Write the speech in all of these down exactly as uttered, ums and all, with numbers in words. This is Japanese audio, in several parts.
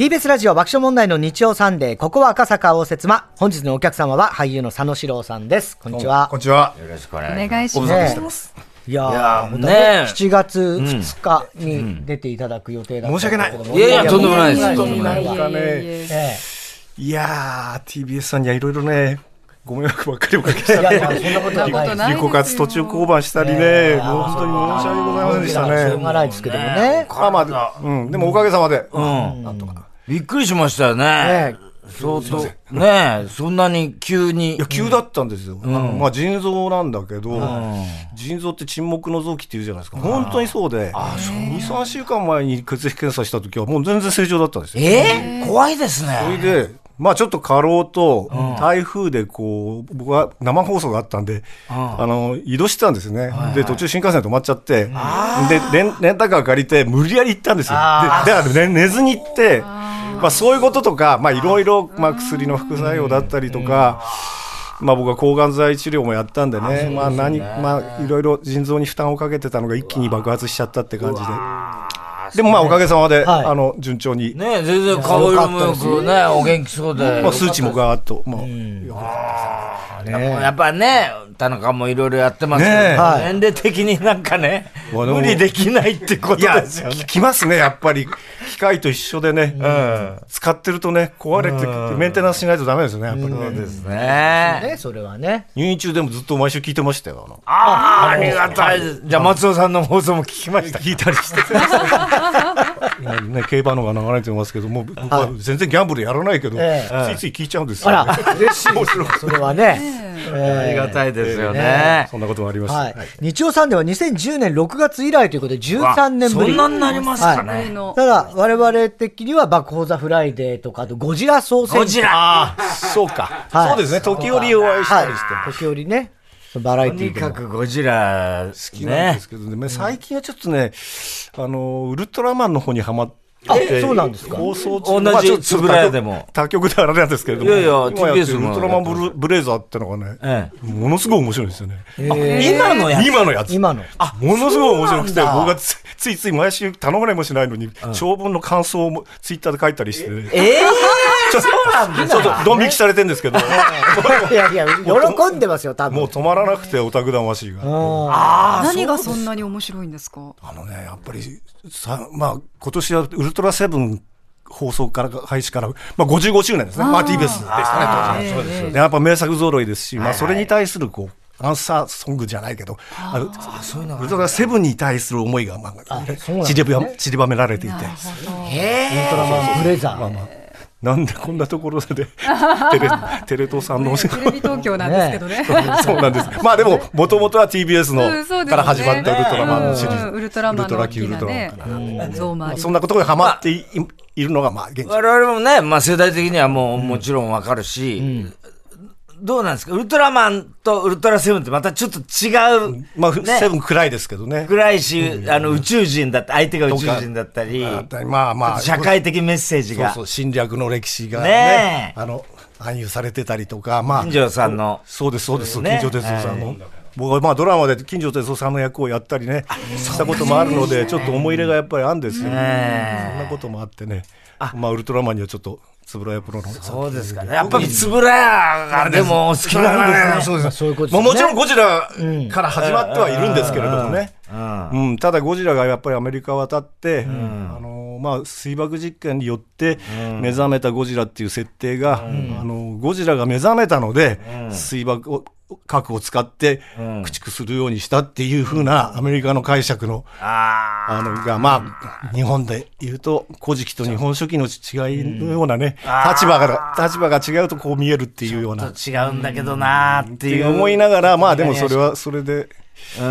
ービーエス ラジオ爆笑問題の日曜サンデー、ここは赤坂応接間。本日のお客様は俳優の佐野史郎さんです。こんにちは。 こんにちは。 よろしくお願いします。 お願いしご無沙汰してます。 いやー、 いやー本当ねね、しちがつふつかに出ていただく予定だったんですけども、 申し訳ないいやいやとんでもないですとんでもないです。 なんかね、 えいやー ティービーエス さんにはいろいろね、ご迷惑ばっかりおかけしたえいやいや、そんなことはないです。 ないリコ活途中降板したりね、 えーもう本当に申し訳ございませんでしたしょうね。 がないですけどもね。 まあまあ、うん、でもおかげさまで、 うんなんとか。 びっくりしましたよね。 ね相当。ねえ、そんなに急に。 いや、急だったんですよ。あのまあ、腎臓なんだけど、腎臓って沈黙の臓器って言うじゃないですか。本当にそうで、に、さんしゅうかんまえに血液検査した時はもう全然正常だったんですよ。 えー、怖いですそれね。 で、まあちょっと過労と台風でこう、僕は生放送があったんで、あの、移動してたんですよね。で、途中新幹線止まっちゃって、で、レン、レンタカー借りて無理やり行ったんですよ。で、だからね、寝ずに行って、まあそういうこととか、まあいろいろ、まあ薬の副作用だったりとか、まあ僕は抗がん剤治療もやったんでね、まあ何、まあいろいろ腎臓に負担をかけてたのが一気に爆発しちゃったって感じで。でもまあおかげさまで、 はいあの、順調に、 ねえ、全然顔色もよくね、お元気そうで。 まあ数値もガーッと、まあ、 でもやっぱね、田中もいろいろやってますけど、 ねえはい年齢的になんかね、 まあでも無理できないってこといや、 ですよね。 きますね、やっぱり。機械と一緒でね、使ってるとね、壊れて、メンテナンスしないとダメですよね、やっぱりね。 ですね。 ね、それはね。 入院中でもずっと毎週聞いてましたよ。あのああ、ありがたいです。じゃあ松尾さんの放送も聞きました。 聞いたりして。今ね、競馬のが流れてますけども、僕は全然ギャンブルやらないけど、 えついつい聞いちゃうんですよ。 あら、嬉しいですね。それはね。 ありがたいですよねね。 そんなこともありました。 はい。日曜サンデーはにせんじゅうねんろくがつ以来ということでじゅうさんねんぶり。 そんなになりますかね。 ただ、我々的には爆放ザフライデーとか、あとゴジラ総選挙。 ゴジラ。 ああ、そうか。 はいそうですね、時折お会いしたりして。 はい。時折ね、バラエとにティーでも。 かくゴジラ好きなんですけどね、最近はちょっとね、あの、ウルトラマンの方にハマって、 あそうなんですか放送同じまあちょっとつぶらやでも他局ではあれなんですけれども、 いやいや今やってるティービーエス もウルトラマンブルブレイザーってのがね、 えものすごい面白いですよね。 今のやつ。 今のやつ。 今の。 あ、ものすごい面白くて、 そうなんだ僕がつついつい毎週頼まれもしないのに、長文の感想をツイッターで書いたりしてね、 ええちょっと、ちょっとドン引きされてるんですけど、 いやいや、喜んでますよ、多分。 もう止まらなくてオタク魂が。 あ何がそんなに面白いんですか？ あのね、やっぱりさ、まあ、今年はウルトラセブン放送から、開始から、まあ、ごじゅうごしゅうねんですね。まあ、ティービーエスでしたね、当時。 そうですよ。 でやっぱ名作揃いですし、まあ、それに対する、こう、アンサーソングじゃないけど、あのウルトラセブンに対する思いが、まあ、散りば散りばめられていて、 ええウルトラマンブレザー。 なんでこんなところで、テレ、テレ東さんのお仕事。 テレビ東京なんですけどね。 そうなんです。まあでも、もともとは ティービーエス の、 うんそうですねから始まったウルトラマンのシリーズ。 うんウルトラマンの大きなねウルトラ Q ウルトラマンからゾウもありそんなことがハマっていいるのが、まあ、現状。 我々もね、まあ世代的にはもうもちろんわかるし、どうなんですかウルトラマンとウルトラセブンってまたちょっと違う。 まあ、 ねセブン暗いですけどね。 暗いし、あの宇宙人だった、相手が宇宙人だったり、 まあまあ。 社会的メッセージが。 そうそう、侵略の歴史がねね、 えあの、暗喩されてたりとか、まあ。 金城さんの。 そうです、そうです、 ね金城哲夫さんの。僕はまあドラマで金城哲夫さんの役をやったりね、したこともあるので、ちょっと思い入れがやっぱりあるんですよ。そんなこともあってね。まあ、ウルトラマンにはちょっと、つぶらやプロの。 そうですかね。やっぱりつぶらやがでもお好きなんですね。 そうです。 そういうことですね。 まあもちろんゴジラから始まってはいるんですけれどもね。うん。ただゴジラがやっぱりアメリカ渡って、あの、まあ水爆実験によって目覚めたゴジラっていう設定が、あの、ゴジラが目覚めたので、水爆を、核を使って駆逐するようにしたっていう風なアメリカの解釈の、あの、が、まあ、日本で言うと、古事記と日本書紀の違いのようなね、立場が、立場が違うとこう見えるっていうような。 違うんだけどなーっていう。 思いながら、まあでもそれは、それで、 うん、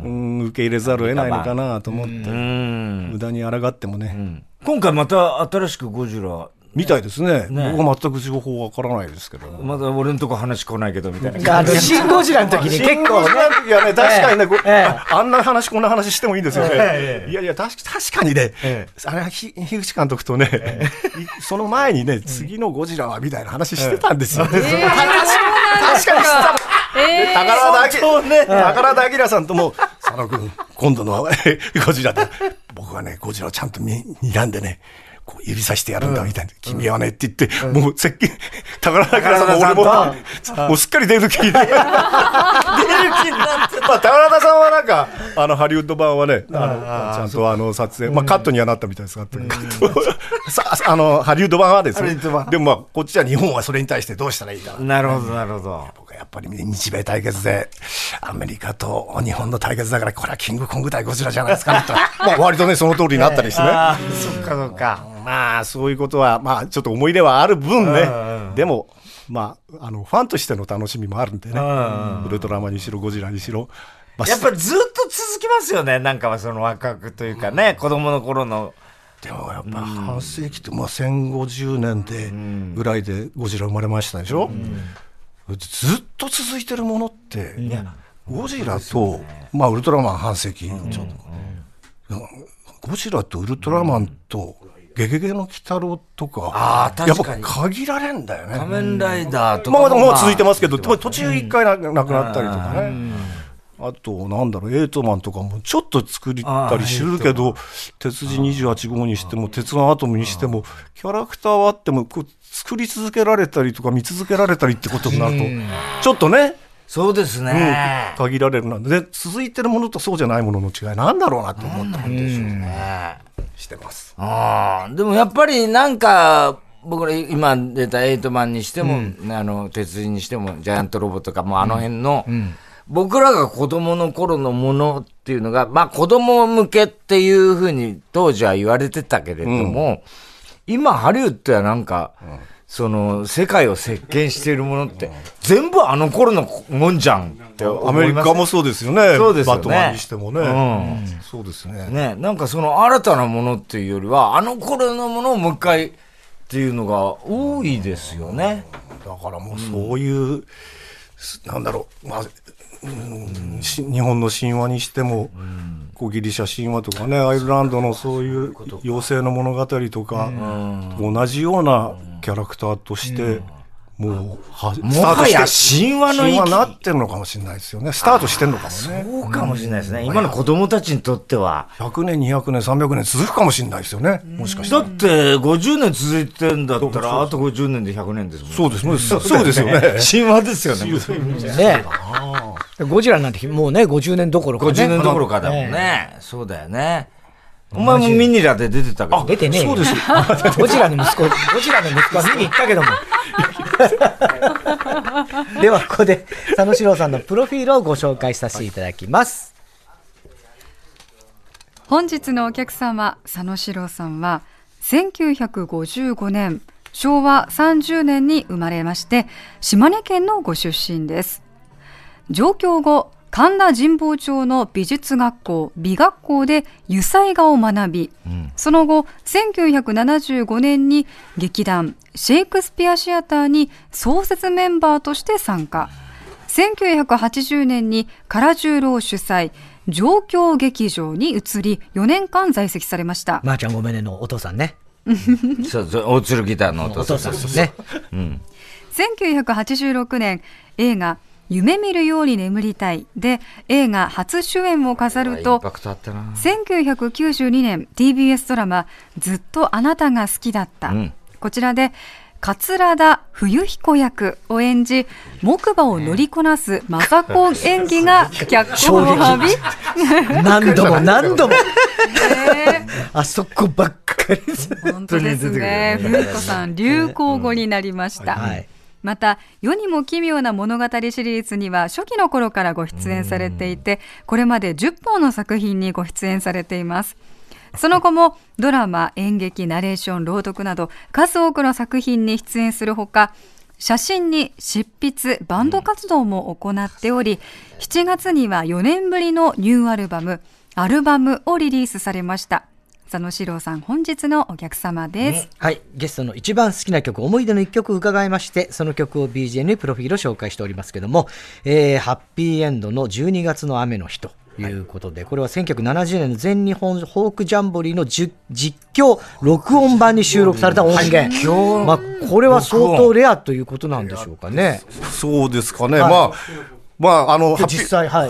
うん、受け入れざるを得ないのかなと思って、うん、無駄に抗ってもね、うん。 今回また新しくゴジラ、 みたいですね。ね僕は全く情報わからないですけど。 まだ俺のとこ話来ないけどみたいな。 あの、シンゴジラの時に結構ね。 シンゴジラの時はね、確かにね、ええあ、あんな話、こんな話してもいいんですよね。ええ、いやいや、確かにね、ええ、あれは樋口監督とね、ええ、その前にね、次のゴジラはみたいな話してたんですよ。ええ、確かにしてた。えー、宝田明、ね、宝田明さんとも、佐野君、今度のゴジラで、僕はね、ゴジラをちゃんと見、睨んでね、 こう指さしてやるんだみたいな、うん、君はねって言って、うん、もう接近宝田さんも俺ももうすっかり出る気になって出る気になってまあ宝田さんはなんかあのハリウッド版はねあのちゃんとあの撮影、まあ、カットにはなったみたいですが、うん、さあのハリウッド版はですね、でもまあこっちは日本はそれに対してどうしたらいいかな。 なるほどなるほど。 僕はやっぱり日米対決でアメリカと日本の対決だからこれはキングコング対ゴジラじゃないですかねとまあ割とねその通りになったりしてね、 あそっかそっか、 まあそういうことはまあちょっと思い入れはある分ね、でもまああのファンとしての楽しみもあるんでね、ウルトラマンにしろゴジラにしろ、 まあ、やっぱりずっと続きますよね、なんかはそのワクワクというかね、子供の頃の。 でもやっぱ半世紀ってまあせんごじゅうねんでぐらいでゴジラ生まれましたでしょ、うん、ずっと続いてるものって、うん、ゴジラと、まあ、ウルトラマン半世紀、うん、ちょっと、うん、ゴジラとウルトラマンとゲゲゲの鬼太郎とか、 あ確かにやっぱ限られんだよね。 仮面ライダーとかまあもう続いてますけど、まあ、途中一回なくなったりとかね、うん、あとなんだろうエイトマンとかもちょっと作ったりするけど、鉄人にじゅうはち号にしても鉄腕アトムにしてもキャラクターはあってもこう作り続けられたりとか見続けられたりってことになるとちょっとね、 そうですね、 うん、限られるなんで、続いてるものとそうじゃないものの違いなんだろうなと思ったんでしょうね、してます。 あでもやっぱりなんか僕ら今出たエイトマンにしても、うん、あの鉄人にしてもジャイアントロボとかもあの辺の、うんうん僕らが子供の頃のものっていうのが、まあ子供向けっていうふうに当時は言われてたけれども、うん、今ハリウッドはなんか、うん、その世界を席巻しているものって、うん、全部あの頃のもんじゃんって思います。 アメリカもそうですよね。 そうですよね。 バットマンにしてもね。 うん、 そうですね。 ね、なんかその新たなものっていうよりは、あの頃のものをもう一回っていうのが多いですよね。 だからもうそういう、うん、なんだろう、まあうん、日本の神話にしても、うん、こうギリシャ神話とかねアイルランドのそういう妖精の物語とか、うん、同じようなキャラクターとして、うん、もうはもはや神話の神話になってるのかもしれないですよね。スタートしてるのかもね。 そうかもしれないですね、うん、今の子供たちにとってはひゃくねんにひゃくねんさんびゃくねん続くかもしれないですよね、もしかしたら。 だってごじゅうねん続いてるんだったらあとごじゅうねんでひゃくねんですもんね。 そうですね、そうですよね。 神話ですよね。 ねゴジラなんてもうねごじゅうねんどころかね。 ごじゅうねんどころかだもんね。ねそうだよね。お前もミニラで出てたけど。 出てねえよ。 そうですゴジラの息子、ゴジラの息子は見に行ったけども。ではここで佐野史郎さんのプロフィールをご紹介させていただきます。 本日のお客様、佐野史郎さんはせんきゅうひゃくごじゅうごねんしょうわさんじゅうねんに生まれまして、島根県のご出身です。上京後、神田神保町の美術学校美学校で油彩画を学び、うん、その後せんきゅうひゃくななじゅうごねんに劇団シェイクスピアシアターに創設メンバーとして参加。せんきゅうひゃくはちじゅうねんに唐十郎主催上京劇場に移りよねんかん在籍されました。 まーちゃんごめんねのお父さんね。 そうそう、大鶴ギターのお父さんですね。 うん、せんきゅうひゃくはちじゅうろくねん映画夢見るように眠りたいで映画初主演を飾ると、せんきゅうひゃくきゅうじゅうにねん ティービーエス ドラマずっとあなたが好きだった、うん、こちらで桂田冬彦役を演じ木馬を乗りこなす政子演技が脚光を浴び何度も何度も、えー、あそこばっかり本当ですね。冬彦さん流行語になりました、うんはい、また世にも奇妙な物語シリーズには初期の頃からご出演されていて、これまでじゅっぽんの作品にご出演されています。その後もドラマ、演劇、ナレーション、朗読など数多くの作品に出演するほか、写真に執筆、バンド活動も行っており、しちがつにはよねんぶりのニューアルバムアルバムをリリースされました。佐野史郎さん、本日のお客様です、 ね、はい、ゲストの一番好きな曲、思い出の一曲伺いまして、その曲を ビージーエム にプロフィールを紹介しておりますけども、えー、ハッピーエンドのじゅうにがつの雨の日ということで、はい、これはせんきゅうひゃくななじゅうねんの全日本フォークジャンボリーの実況録音版に収録された音源、はい、まあ、これは相当レアということなんでしょうかね。 そうですかね、はい、まあ、まあ、あの実際、はい、 はい、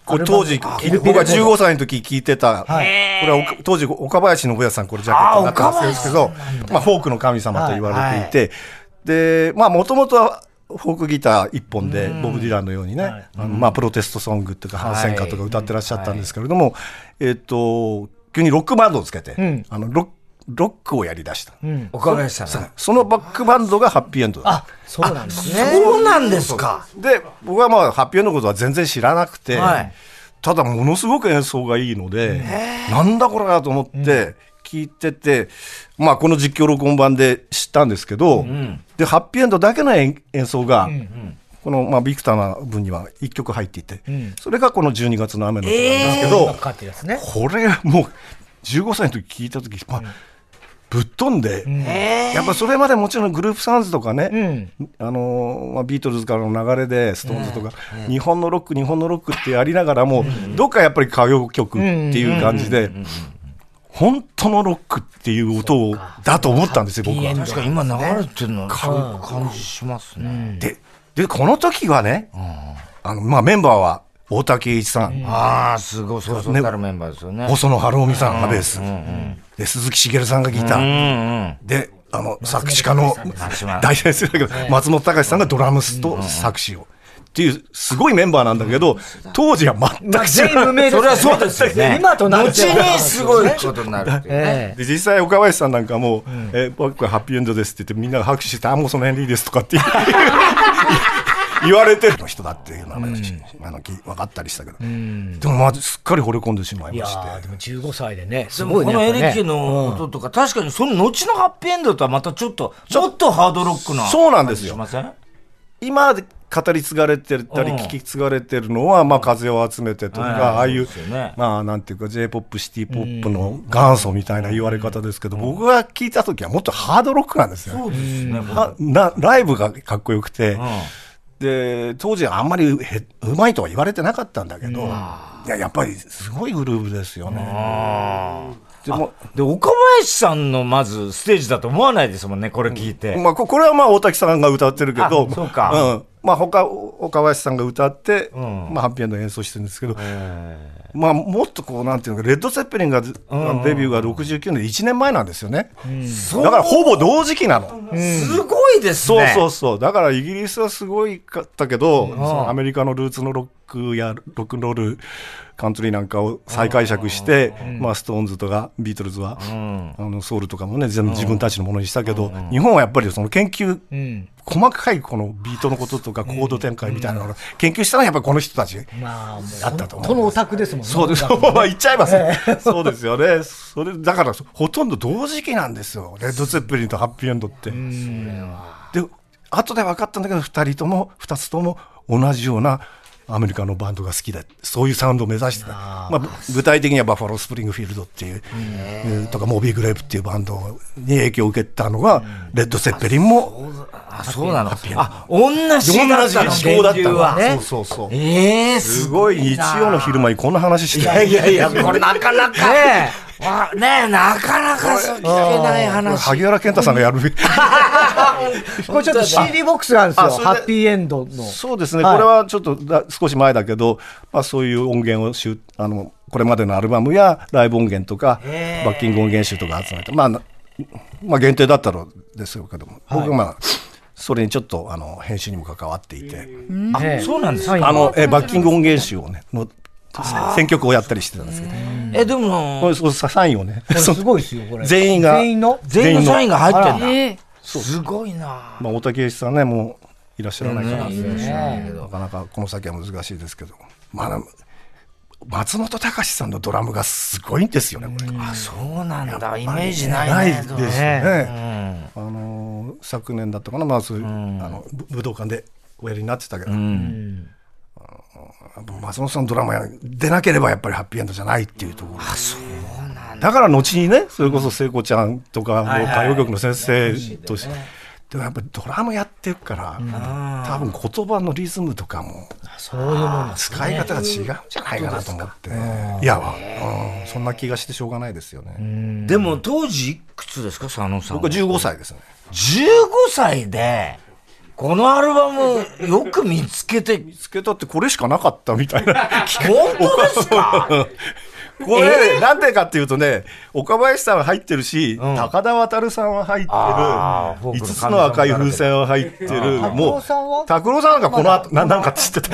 これ当時、僕がじゅうごさいの時聞いてた、はい、これは当時、岡林信康さん、これジャケットになってますですけど、まあ、フォークの神様と言われていて、はいはい、で、まあ、もともとはフォークギター一本で、ボブ・ディランのようにね、はい、あのまあ、プロテストソングとか、反戦歌とか歌ってらっしゃったんですけれども、はい、えっと、急にロックバンドをつけて、うん、あのロックロックをやりだした、うん、 岡林さんそ, そのバックバンドがハッピーエンドだ。 あ、そうなんですね。 そうなんですか。 で、僕はまあハッピーエンドのことは全然知らなくて、はい、ただものすごく演奏がいいので、なんだこれだと思って聞いてて、うん、まあこの実況録音版で知ったんですけど、うん、でハッピーエンドだけの演奏が、うんうん、この、まあ、ビクターな分にはいっきょく入っていて、うん、それがこのじゅうにがつの雨の日なんですけど、えーね、これもうじゅうごさいの時聞いた時、まあ、うん、ぶっ飛んで、うん、やっぱそれまでもちろんグループサウンズとかね、うん、あのまあ、ビートルズからの流れでストーンズとか、うん、日本のロック日本のロックってやりながらも、うん、どっかやっぱり歌謡曲っていう感じで、うん、本当のロックっていう音をだと思ったんですよ、僕は。 確かに今流れてるのは感じしますね。 で、でこの時はね、うん、あのまあ、メンバーは大竹栄一さん、うん、 ああすごいそうそうたるメンバーですよね。 細野晴臣さんがベース、うんうん、で鈴木茂さんがギター、うんうん、であの作詞家の大先生だけど、ね、松本隆さんがドラムスと作詞を、うんうん、っていうすごいメンバーなんだけど、当時は全く知らない。 それはそうですよね。 今となって後にすごいことになるっていうね。 で実際岡林さんなんかも、うん、え僕はハッピーエンドですって言ってみんなが拍手して、あもうその辺でいいですとかって言われてるの人だっていうのは、うん、あの分かったりしたけど、うん、でもまあすっかり惚れ込んでしまいまして。 いやでもじゅうごさいでね、 すごいね。このエレキの音とか、うん、確かにその後のハッピーエンドとはまたちょっとちょっとハードロックなそうなんですよ。 しません？ 今で語り継がれてたり聞き継がれてるのは、まあ、風を集めてとか、ああいう、まあ、なんていうか J-ポップ シティポップの元祖みたいな言われ方ですけど、僕が聞いた時はもっとハードロックなんですよ。 そうですね。 なライブがかっこよくて、で当時あんまりうまいとは言われてなかったんだけど、いややっぱりすごいグルーヴですよね。 でもで岡林さんのまずステージだと思わないですもんね、これ聞いて。 うんまあ、これはまあ大滝さんが歌ってるけど、 そうか、 うんまあ、他岡林さんが歌って、うんまあ、ハッピーエンド演奏してるんですけど、まあ、もっとこうなんていうのか、レッド・ツェッペリンが、うん、デビューがろくじゅうきゅうねんでいちねんまえなんですよね、うん、だからほぼ同時期なの、 うん、すごいですね。 そうそうそう、だからイギリスはすごいかったけど、うん、そのアメリカのルーツのロックやロックンロールカントリーなんかを再解釈して、うんまあ、ストーンズとかビートルズは、うん、あのソウルとかもね全部自分たちのものにしたけど、うん、日本はやっぱりその研究、うん、細かいこのビートのこととかコード展開みたいなのを研究したのはやっぱりこの人たちだったと思う。 このオタクですもんね。 そうです言っちゃいます、ね、そうですよね。それだからほとんど同時期なんですよ、レッド・ツェッペリンとハッピーエンドって。うんで後で分かったんだけどふたりともふたつとも同じようなアメリカのバンドが好きだ、そういうサウンドを目指してた。まあ、具体的にはバファロー・スプリングフィールドっていう、えー、とかモービー・グレープっていうバンドに影響を受けたのが、レッド・セッペリンもあそうなのあ同じだったの思考だったの、 ね、 そうそうそう、 えー、 すごい日曜の昼間にこんな話していやいやいやこれなかなかねえねえなかなか聞けない話。 萩原健太さんがやるべきこれちょっと シーディー ボックスがあるんですよ、ハッピーエンドの。 そうですね、はい、これはちょっとだ少し前だけど、まあ、そういう音源をしゅあのこれまでのアルバムやライブ音源とかバッキング音源集とか集めて、まあ、まあ限定だったのですけども、はい、僕はまあそれにちょっとあの編集にも関わっていて、 あそうなんですか。 あのえバッキング音源集をねの選曲をやったりしてたんですけど、 えでもそうサインをねすごいですよこれ全員が全員の全員のサインが入ってんだ、えー、すごいな。 まあ大竹栄一さんねもういらっしゃらないから、ね、なかなかこの先は難しいですけど、まあ松本隆さんのドラムがすごいんですよねこれ。 あそうなんだ、イメージないね。 ないですね、うん、あの昨年だったかな、まあそういう、うん、あの武道館でおやりになってたけど、うん松本さんのドラマ出なければやっぱりハッピーエンドじゃないっていうところ。 あそうなんだ。だから後にねそれこそ聖子ちゃんとか歌謡曲の先生として、でもやっぱりドラムやってるから、うん、多分言葉のリズムとかもそういうもの使い方が違うんじゃないかなと思って、いや、うん、そんな気がしてしょうがないですよね。 でも当時いくつですか佐野さん。 僕はじゅうごさいですね。 じゅうごさいでこのアルバムよく見つけて。 見つけたってこれしかなかったみたいな。 本当ですか？ これ、えー、なんでかっていうとね、岡林さんは入ってるし、うん、高田渡さんは入ってる、五つの赤い風船は入ってる、もう、拓郎さんなんかこの後、な、なんかって言ってた。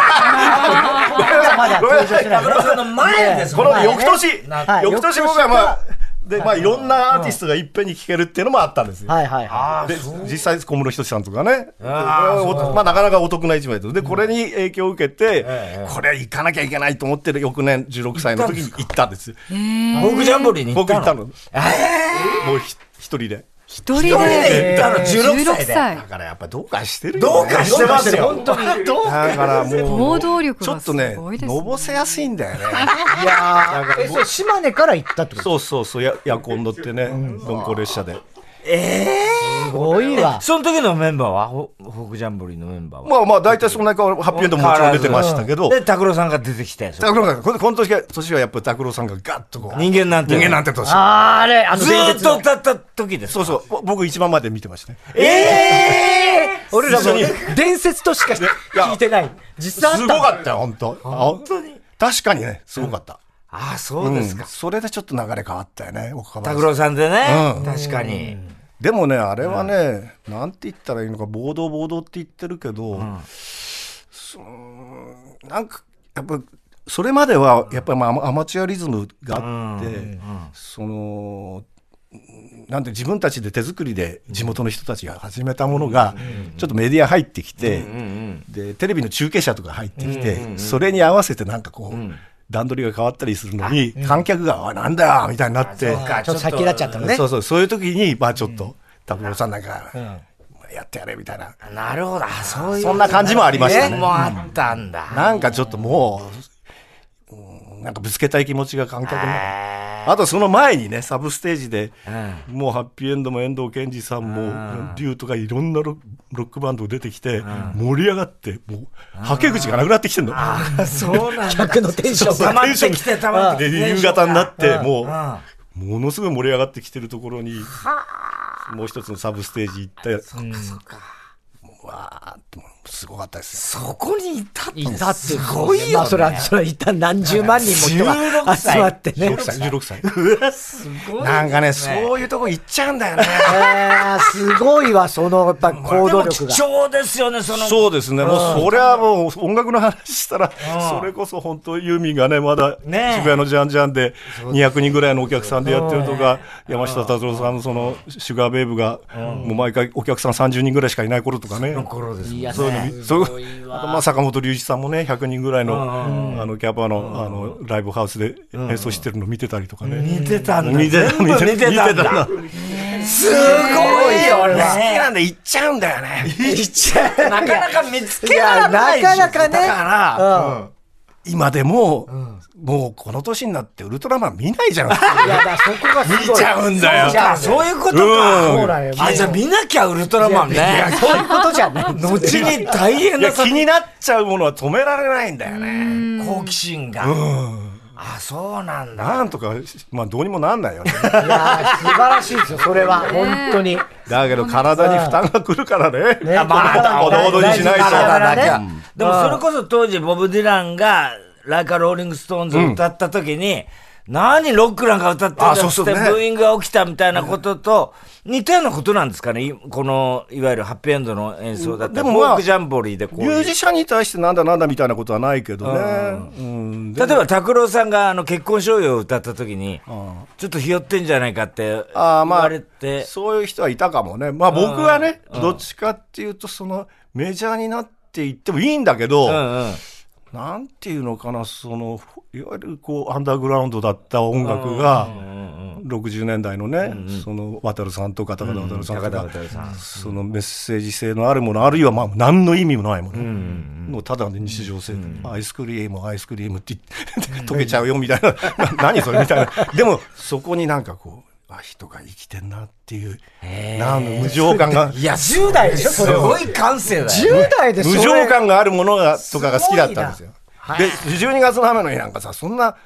拓郎さんの前ですこの翌年、翌年僕はまあ、で、まあ、いろんなアーティストがいっぺんに聴けるっていうのもあったんですよ。 はいはいはい。 で、実際、小室仁さんとかね。あまあ、なかなかお得な一枚で。で、これに影響を受けて、これ行かなきゃいけないと思ってる翌年、じゅうろくさいの時に行ったんですよ。 フォークジャンボリーに行ったの？ 僕行ったの。もう一人で。 一人で行ったのじゅうろくさいで。 だからやっぱどうかしてるよ、 ね。どうかしてますよ。本当に。 だからもう、 行動力ちょっとね、のぼせやすいんだよね。 いやー、え、それ島根から行ったってこと？ そうそうそう、や、やこん乗ってね、鈍行列車で。 ええー、すごいわ。 その時のメンバーはフォークジャンボリーのメンバーはまあまあ大体そんなハッピーエンドももちろん出てましたけど、 で拓郎さんが出てきて、 拓郎さんがこの年が年はやっぱり拓郎さんがガッとこう人間なんて人間なんて年ああれあのずーっと歌った時です。 そうそう僕一番まで見てましたね。 ええー、俺らも伝説としか聞いてない。実際あった。 すごかったよ本当。本当に確かにねすごかった。 ああそうですか。 それでちょっと流れ変わったよね。 拓郎さんでね。確かに。 でもね、あれはね、うん、なんて言ったらいいのか、暴動暴動って言ってるけど、うん、そなんか、やっぱ、それまでは、やっぱり、まあ、アマチュアリズムがあって、うん、その、なんて自分たちで手作りで地元の人たちが始めたものが、ちょっとメディア入ってきて、で、テレビの中継車とか入ってきて、それに合わせてなんかこう、段取りが変わったりするのに、観客が、おい、なんだよみたいになって、ちょっと先立っちゃったのね。 そうそう、そういう時に、まあちょっと、拓郎さんなんか、やってやれみたいな。 なるほど、そういう。 そんな感じもありましたね。 もあったんだ。 なんかちょっともう、なんかぶつけたい気持ちが観客に。あとその前にね、サブステージで、もうハッピーエンドも遠藤健二さんも、リュウとかいろんなロックバンド出てきて、盛り上がって、もう、はけ口がなくなってきてんの。 そうなんだ。 客のテンションが溜まってきて溜まってきて。 夕方になって、もう、ものすごい盛り上がってきてるところに、もう一つのサブステージ行って、 そうか。 わーって、すごかったですよ。 そこにいたっていたってすごいよね。まあ、それは、それは一旦何十万人も人が集まってね。 じゅうろくさい。じゅうろくさい。 うわ、すごい。 なんかね、そういうとこ行っちゃうんだよね。 えー、すごいわ、その、やっぱ行動力が。 貴重ですよね、その。 そうですね。もう、それはもう、音楽の話したら、それこそ本当ユーミンがね、まだ、渋谷のジャンジャンでにひゃくにんぐらいのお客さんでやってるとか、山下達郎さんのその、シュガーベイブが、もう毎回お客さんさんじゅうにんぐらいしかいない頃とかね。 の頃ですね。 そういうの、そう、あとまあ坂本龍一さんもね、ひゃくにんぐらいの、あの、キャパの、あの、ライブハウスで演奏してるの見てたりとかね。 見てたんだ。 見てた、見てたんだ。 すごいよね。 好きなんで行っちゃうんだよね。 行っちゃう。なかなか見つけられない。 なかなかね。 だから、今でも、もうこの年になってウルトラマン見ないじゃん。いやだ、そこがすごい。 見ちゃうんだよ。 そういうことか。そうだよ。あ、じゃあ見なきゃウルトラマンね。いや、そういうことじゃない。 後に大変な。 気になっちゃうものは止められないんだよね。 好奇心が。あ、そうなんだ。 なんとか、まあどうにもなんないよね。いや、素晴らしいですよ、それは。本当に。 だけど体に負担がくるからね。 まあ、 ほどほどにしないと。 でもそれこそ当時ボブ・ディランが、ライカ・ローリング・ストーンズを歌った時に、うん、何ロックなんか歌ってんだってブーイングが起きたみたいなことと似たようなことなんですかね、このいわゆるハッピーエンドの演奏だったり、フォークジャンボリーでこういうミュージシャンに対してなんだなんだみたいなことはないけどね、 うん、例えば拓郎さんがあの結婚商用を歌った時に、うん、ちょっとひよってんじゃないかって言われて、 まあ、そういう人はいたかもね。まあ僕はね、うん、どっちかっていうとそのメジャーになっていってもいいんだけど、うんうん、なんていうのかな、そのいわゆるこうアンダーグラウンドだった音楽がろくじゅうねんだいのね、うんうん、その渡さんとか高田渡さんとか、うん、そのメッセージ性のあるもの、あるいはまあ何の意味もないもの、うんうん、もうただの日常性、うん、アイスクリームアイスクリームって溶けちゃうよみたいな何それみたいな。でもそこになんかこう、あ、人が生きてんなっていう、なんの無情感が。 いや、じゅう代でしょ、すごい感性だよ、ね。 じゅう代で無情感があるものがとかが好きだったんですよ。で、じゅうにがつの雨の日なんかさ、そんな、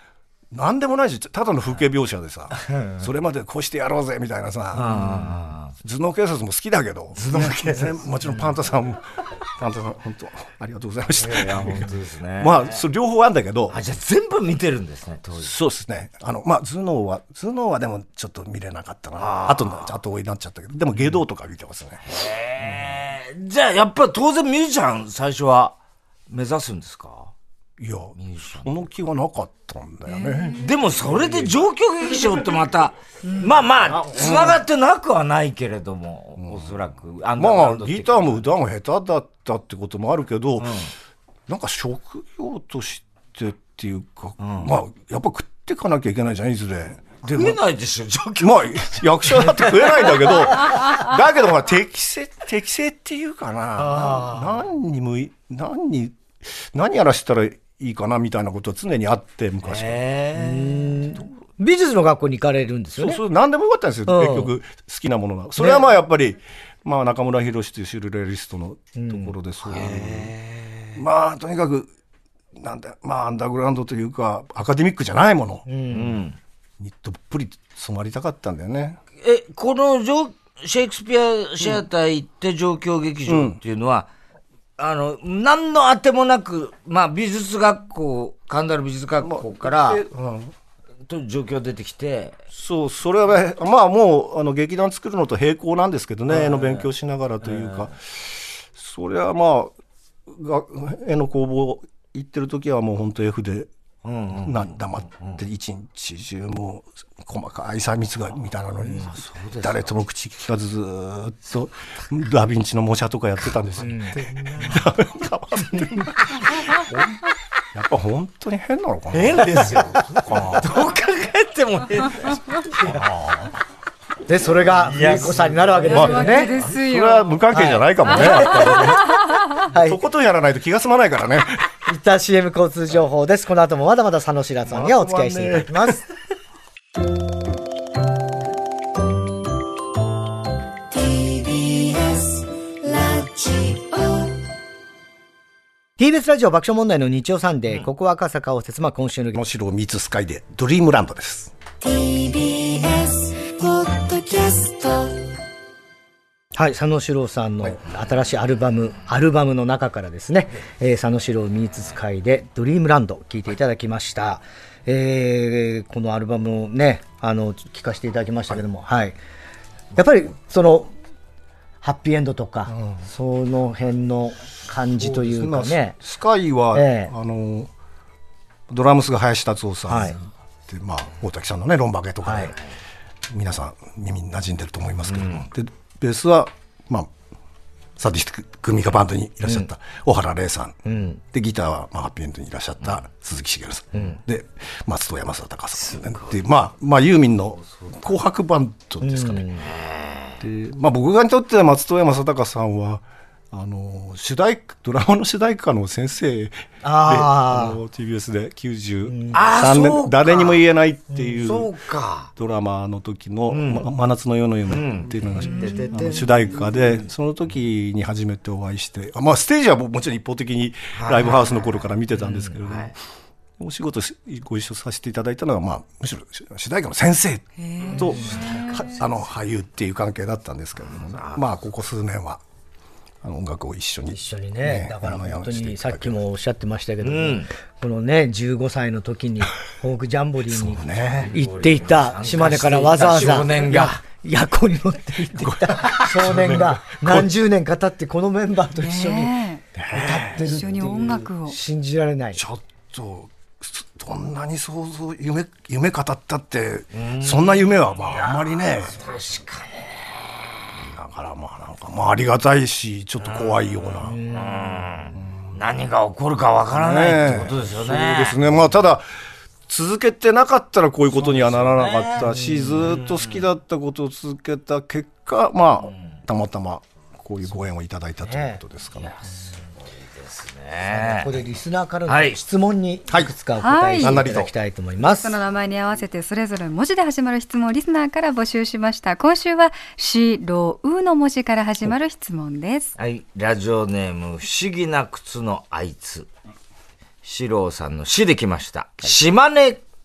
なんでもないし、ただの風景描写でさ、それまでこうしてやろうぜみたいなさ、頭脳警察も好きだけど、頭脳警察もちろんパンタさんも、パンタさん本当ありがとうございました。 いや本当ですね。 まあそれ両方あるんだけど、 あじゃあ全部見てるんですね当時。 そうですね。あのまあ頭脳は頭脳はでもちょっと見れなかったな。あとあと追いになっちゃったけど、でも芸道とか見てますね。 へえ。じゃあやっぱり当然ミュージシャン最初は目指すんですか。 いや、その気はなかったんだよね。 でもそれで状況劇場ってまた、まあまあ、つながってなくはないけれども、うん、おそらく。 まあ、ギターも歌も下手だったってこともあるけど、うん、なんか職業としてっていうか、うん、まあ、やっぱ食っていかなきゃいけないじゃん、いずれ。 食えないでしょ、状況。 まあ、役者だって食えないんだけど、だけど、まあ、適正、適正っていうかな、何にもい、何に、何やらしたらいいかなみたいなことは常にあって、昔から。 美術の学校に行かれるんですよね。 そうそう、何でもよかったんですよ、結局、好きなものが。それはまあやっぱり、まあ中村宏というシュルレアリストのところでそう、うん、まあとにかく、なんだ、まあアンダーグラウンドというか、アカデミックじゃないものにどっぷり染まりたかったんだよね。 え、このシェイクスピアシアター行って状況劇場っていうのは、うんあの、何のあてもなく、まあ、美術学校、神田の美術学校から、うん、と状況出てきて。 そう、それは、まあもう、あの、劇団作るのと並行なんですけどね、絵の勉強しながらというか、それはまあ、が絵の工房行ってる時はもう本当 F で、うんうん、な黙って一日中もう細かい細密画みたいなのに誰とも口聞かずずっとダヴィンチの模写とかやってたんですよ。やっぱ本当に変なのかな。 変ですよ。どう考えても変でそれが冬子さんになるわけですよね。 まあ、それは無関係じゃないかもね。はい、とことんやらないと気が済まないからね。 一旦 シーエム 交通情報です。この後もまだまだ佐野白さんにはお付き合いしていただきます。ティービーエス ラジオ ティービーエス ラジオ爆笑問題の日曜サンデー、うん、ここは赤坂を説ま今週の面白をミーツスカイでドリームランドです。 ティービーエス ポッドキャスト。 はい、佐野史郎さんの新しいアルバム、はい、アルバムの中からですね、えー、佐野史郎ミーツスカイでドリームランド聴いていただきました。えー、このアルバムをね、あの聴かせていただきましたけども、はい、はい、やっぱりそのハッピーエンドとか、うん、その辺の感じというかね。 スカイは、えー、あのドラムスが林達夫さん、はい、でまあ大滝さんのねロンバケとかで、はい、皆さん耳に馴染んでると思いますけども、うん、でベースは、まあ、サディスティックミカバンドにいらっしゃった小原玲さん、うん、でギターは、まあ、ハッピーエンドにいらっしゃった鈴木茂さん、うん、で松任谷正隆さんで、まあまあ、ユーミンの紅白バンドですかね、うん、でまあ、僕がにとっては松任谷正隆さんはあの主題ドラマの主題歌の先生でああの ティービーエス できゅうじゅうさんねん、うん、誰にも言えないっていうドラマの時の、うんま、真夏の夜の夢っていうのが、うん、あの主題歌でその時に初めてお会いして、まあ、ステージはもちろん一方的にライブハウスの頃から見てたんですけれども、はいはい、お仕事ご一緒させていただいたのは、まあ、むしろ主題歌の先生とあの俳優っていう関係だったんですけれども、ね、まあここ数年はあの音楽を一緒に一緒に ね, ねだから本当にさっきもおっしゃってましたけども、うん、このねじゅうごさいの時にフォークジャンボリーに行っていた、島根からわざわざ少年が夜行に乗って行っていた少年が何十年か経ってこのメンバーと一緒に歌ってるっていう信じられない。 ちょっとどんなに想像 夢, 夢語ったってそんな夢はまああんまりね。 確かにだからまあなんかまあありがたいしちょっと怖いような、うんうん、 何が起こるかわからないってことですよね。そうですね。まあただ続けてなかったらこういうことにはならなかったし、ね、ずっと好きだったことを続けた結果、まあ、うん、たまたまこういうご縁をいただいたということですかね。 ね、ここでリスナーからの質問にいくつかお答えしていただきたいと思います。 その名前に合わせてそれぞれ文字で始まる質問をリスナーから募集しました。今週はしろうの文字から始まる質問です。 はい、ラジオネーム不思議な靴のあいつ、しろうさんのしできました。島根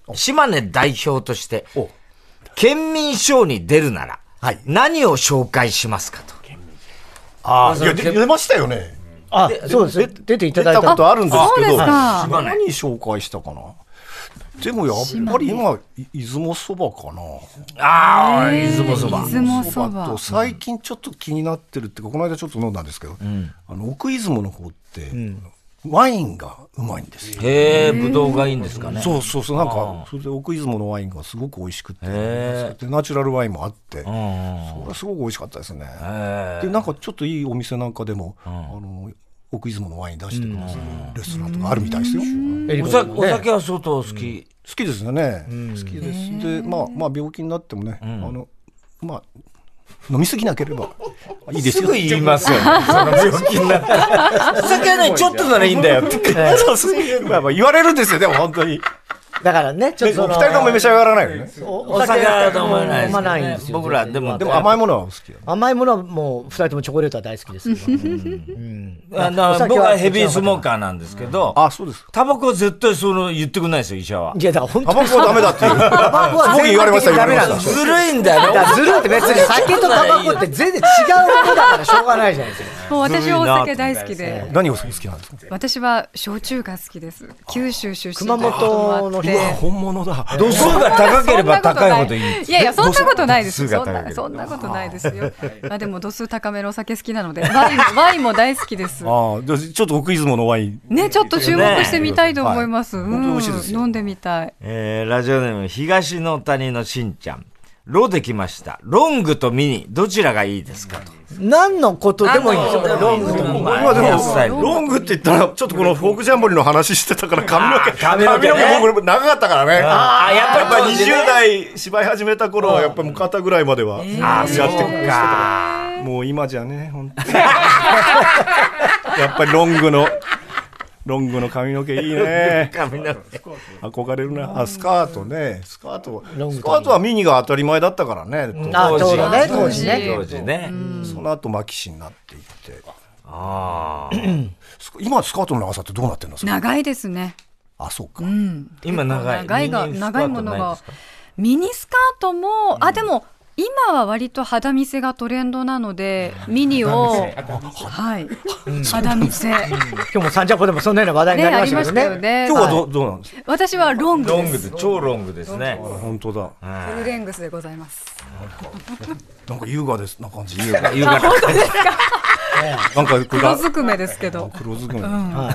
島根代表として、県民賞に出るなら、はい、何を紹介しますかと。 ああ、いや、出ましたよね。 あ、そうです。出ていただいたことあるんですけど、 何紹介したかな。でもやっぱり今、出雲そばかな。 ああ、出雲そば。 出雲そばと最近ちょっと気になってるっていうか、この間ちょっと飲んだんですけど、うん、あの奥出雲の方って、うん、ワインがうまいんですよ。 へえ、ぶどうがいいんですかね。 そうそうそう、なんかそれで奥出雲のワインがすごく美味しくて、でナチュラルワインもあって、それはすごく美味しかったですね。でなんかちょっといいお店なんかでも、あの奥出雲のワイン出してくださるレストランとかあるみたいですよ。 お酒は相当好き。 好きですよね。好きです。で、まあまあ病気になってもね、あのまあ飲みすぎなければいいですよ。 すぐ言いますよね。その病気になったら。お酒はね、ちょっとならいいんだよって。 まあまあ言われるんですよ、でも本当に。 だからね、ちょっと二人とも召し上がらないよね。 お酒は飲まないです。 飲まないんですよ。 僕らでもでも甘いものは好き。 甘いものはもう二人ともチョコレートは大好きですけど。 僕はヘビースモーカーなんですけど、 あ、そうです。 タバコは絶対その言ってくれないですよ、医者は。 いやだから本当にタバコはダメだっていう。タバコは僕言われました。 ダメなんです。 ずるいんだよ。 ずるいって別に酒とタバコって全然違うことだからしょうがないじゃないですか。 もう私はお酒大好きで。 何を好きなんですか。 私は焼酎が好きです。九州出身。 熊本ので。本物だ。 度数が高ければ高いほどいい。 いやいや、そんなことないです。そんな、そんなことないですよ。まあでも度数高めのお酒好きなので、ワインも、ワインも大好きです。 ああ、ちょっと奥出雲のワイン。 ね、ちょっと注目してみたいと思います。うん、飲んでみたい。 えー、ラジオネーム、東の谷のしんちゃん。ロできました。ロングとミニ、どちらがいいですかと。 何のことでもいいんですよ、ロングとミニ。 今でも、ロングって言ったら、ちょっとこのフォークジャンボリーの話してたから髪の毛、髪の毛僕長かったからね。ああ、やっぱりにじゅう代芝居始めた頃は、やっぱりもう肩ぐらいまではやってくれてたから。もう今じゃね、本当に。やっぱりロングの。ロングの髪の毛いいね。 髪の毛。 憧れるな。あ、スカートね。スカート。スカートはミニが当たり前だったからね。 当時ね。当時ね。 当時ね。 その後マキシになっていって。 ああ。 今スカートの長さってどうなってるんですか。 長いですね。 あ、そうか。 今長い。 長いが長いものが。ミニスカートも、あ、でも。今は割と肌見せがトレンドなので、ミニを、はい、肌見せ。今日もサンジャポでもそんなような話題になりましたけどね。 今日はどうなんですか。 私はロングです。 ロングで、超ロングですね。 本当だ。 フルレングスでございます。 なんか優雅ですな感じ。 優雅。優雅。 本当ですか。 なんか黒ずくめですけど。 黒ずくめ。 はい。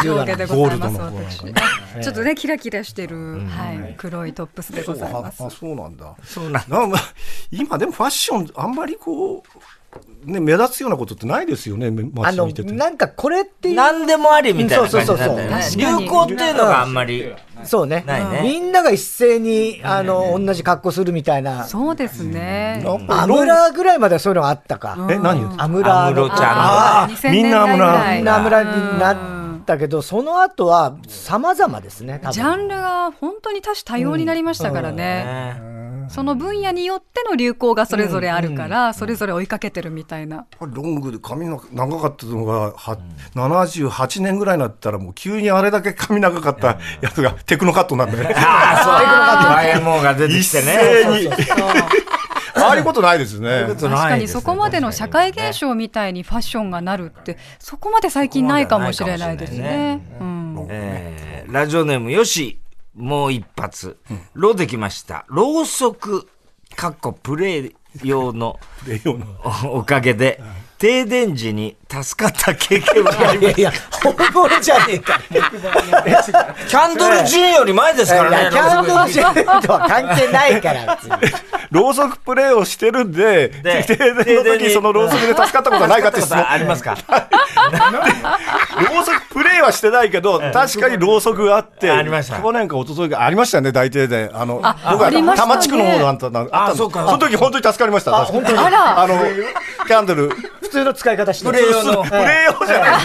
上下でございます。私。ちょっとねキラキラしてるはい黒いトップスでございます。 あ、そうなんだ。 そうなんだ。今でもファッションあんまりこうね目立つようなことってないですよね。 あのなんかこれって何でもありみたいな感じなんだよね。流行っていうのがあんまり。 そうね。みんなが一斉にあの同じ格好するみたいな。 そうですね。 アムラぐらいまではそういうのがあったか。 え、何？ アムラ。 アムロちゃん。みんなアムラ。 みんなアムラになったけど、その後は様々ですね。 ジャンルが本当に多種多様になりましたからね。その分野によっての流行がそれぞれあるから、それぞれ追いかけてるみたいな。 ロングで髪の長かったのがななじゅうはちねんぐらいになったらもう急にあれだけ髪長かったやつがテクノカットなんだよね。 ああ、そう。テクノカット。ワイエムオーが出てきてね。 ああいうことないですね。 確かにそこまでの社会現象みたいにファッションがなるってそこまで最近ないかもしれないですね。 ラジオネームよし。もう一発。ロできました。ろうそく、かっこプレイ用のおかげで、停電時に助かった経験があります。 いやいや、本物じゃねえか。 キャンドルジュンより前ですからね。 キャンドルジュンとは関係ないから。 ろうそくプレイをしてるんで、停電の時にそのろうそくで助かったことはないかって質問ありますか。 ろうそくプレイはしてないけど、確かにろうそくがあって、 ありました。 去年か一昨日かありましたよね、大停電。あの、僕は多摩地区の方であったんです。 あ、そうか。 その時本当に助かりました。 本当に。 あの、キャンドル。 普通の使い方してプレイ用の。 プレイ用じゃない。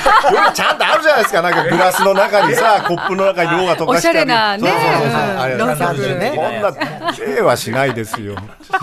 ちゃんとあるじゃないですか。なんかグラスの中にさ、コップの中にろうが溶かしてある。 おしゃれなね。 ろうそくね。 こんな、プレイはしないですよ。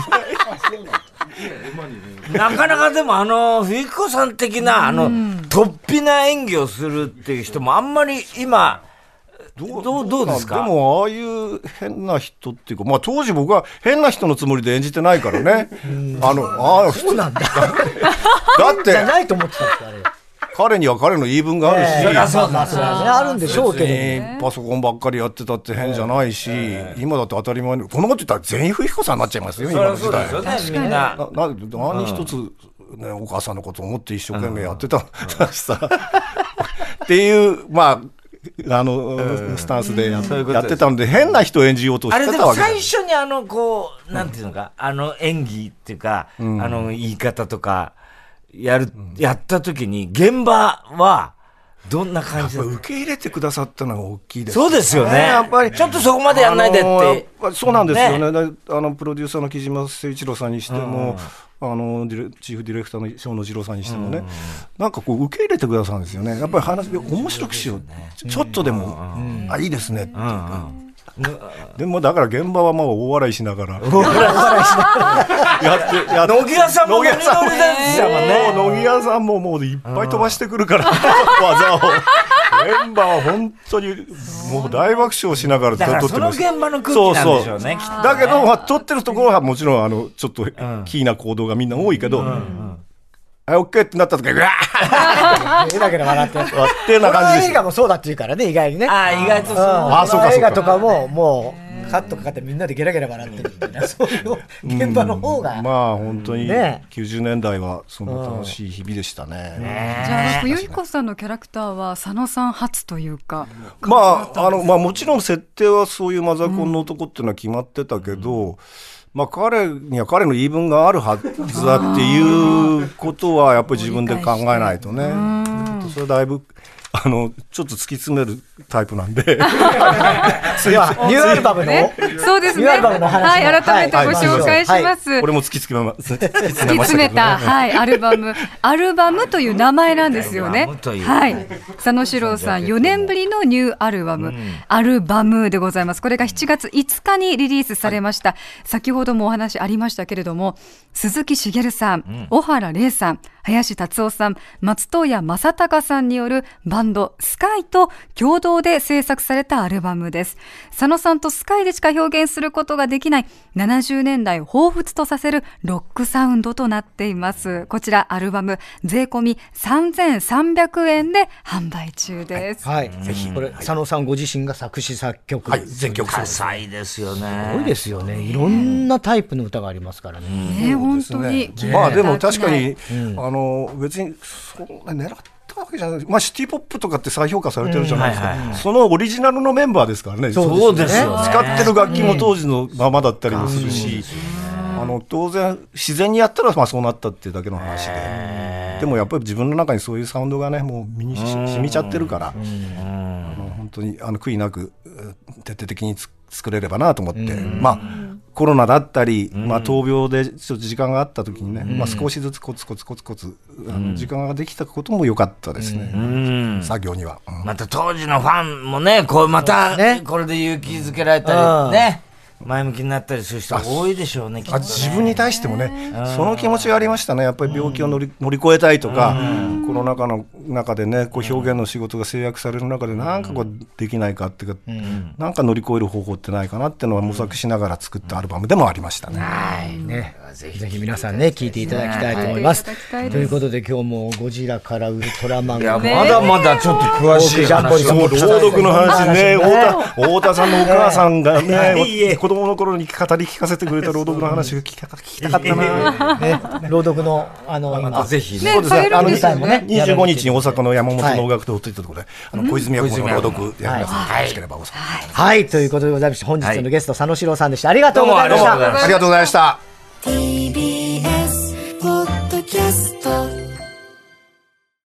なかなかでもあの冬子さん的なあの突飛な演技をするっていう人もあんまり今どう、どう、どうですか？ でも、ああいう変な人っていうか、まあ当時僕は変な人のつもりで演じてないからね。あの、ああ、 そうなんだ。 だって、 じゃないと思ってたってあれ。 彼には彼の言い分があるし、 えー、そうまあ、それはね、あるんでしょうけど、ね、 パソコンばっかりやってたって変じゃないし、えー、今だって当たり前に、こんなこと言ったら全員不彦さんになっちゃいますよ、今の時代。 そうですよね、みんな。 な、な、何一つ、ね、お母さんのことを思って一生懸命やってたしさ、っていう、まあ、あの、うん、スタンスで や, ううやってたんで、変な人を演じようとしてたわけだ。 あれでも最初にあの、こう、なんていうのか、あの演技っていうか、うん、あの言い方とか、やる、やった時に、現場は、どんな感じだった？ 受け入れてくださったのが大きいですね。 そうですよね。やっぱり、ちょっとそこまでやんないでって。 あのそうなんですよね。ね、あの、プロデューサーの木島誠一郎さんにしても、うん、あの、チーフディレクターの小野次郎さんにしてもね、うん、なんかこう、受け入れてくださるんですよね。やっぱり話、面白くしよう。うん、ちょっとでも、うん、あ、いいですねって。うんうんでもだから現場はもう大笑いしながらやってやって野木屋さんもノリノリですよね。 野木屋さんももういっぱい飛ばしてくるから技を現場は本当にもう大爆笑しながら撮ってます。 だからその現場の空気なんでしょうね。 そうそうだけど、まあ、撮ってるところはもちろんあのちょっとキーな行動がみんな多いけど、うんうんうんはい、オッケーってなった時は、うわーだけど笑って。 笑ってな感じです。 映画もそうだって言うからね、意外にね。 ああ、意外とそう。 ああ、そうかそうか。 映画とかも、もう、カットかかってみんなでゲラゲラ笑ってるみたいな、そういう現場の方が。 まあ、本当に、きゅうじゅうねんだいは、その楽しい日々でしたね。 じゃあ、冬彦さんのキャラクターは、佐野さん初というか。 まあ、あの、まあ、もちろん設定はそういうマザコンの男っていうのは決まってたけど、まあ、彼には彼の言い分があるはずだっていうことはやっぱり自分で考えないとね。それだいぶあのちょっと突き詰めるタイプなんでではニューアルバムの、ね、 そうですね、はい改めてご紹介します、はいはいはい、これも突き詰めま突き詰めた、はい、アルバムアルバムという名前なんですよね。はい佐野史郎さんよねんぶりのニューアルバム、うん、アルバムでございます。これがしちがついつかにリリースされました、はい、先ほどもお話ありましたけれども鈴木茂さん、うん、小原玲さん林達夫さん松任谷正隆さんによるバンドスカイと共同で制作されたアルバムです。佐野さんとスカイでしか表現することができないななじゅうねんだいを彷彿とさせるロックサウンドとなっています。こちらアルバム税込みさんぜんさんびゃくえんで販売中です。 はい、はい、ぜひこれ佐野さんご自身が作詞作曲、 はい、全曲多彩ですよね。 すごいですよね。いろんなタイプの歌がありますからね。 ね本当にまあでも確かに、うん、あの別にそんな狙ってわけじゃない、まあ、シティポップとかって再評価されてるじゃないですか、うんはいはい、そのオリジナルのメンバーですからね。 そうですよね。 使ってる楽器も当時のままだったりもするし、あの当然自然にやったらまあそうなったっていうだけの話で、でもやっぱり自分の中にそういうサウンドがねもう身に染みちゃってるから、あの本当にあの悔いなく徹底的に作れればなと思って、まあコロナだったり、まあ、闘病でちょっと時間があった時にね、うんまあ、少しずつコツコツコツコツ、うん、あの時間ができたことも良かったですね、うん、作業には、 うん、また当時のファンもねこうまたこれで勇気づけられたりね、前向きになったりする人が多いでしょうね。きっとね。 自分に対してもね、その気持ちがありましたね。やっぱり病気を乗り、乗り越えたいとか、コロナ禍の中でね、こう表現の仕事が制約される中でなんかこうできないかっていうか、なんか乗り越える方法ってないかなっていうのは模索しながら作ったアルバムでもありましたね。 はいね。ぜひぜひ皆さんね聞いていただきたいと思います。はい、ということで今日もゴジラからウルトラマンが、 ね、まだまだちょっと詳しい話が、朗読の話ね、太田太田さんのお母さんがね、子供の頃に語り聞かせてくれた朗読の話が聞きたかったな。 ね、朗読のあの今ぜひね、そうですね、あのにさいもね、 にじゅうごにちに大阪の山本能楽堂といったところで、あの小泉役の朗読やりますので、よろしければお参加ください。 はい、ということでございまして本日のゲスト佐野史郎さんでした。ありがとうございました。 ありがとうございました。 ティービー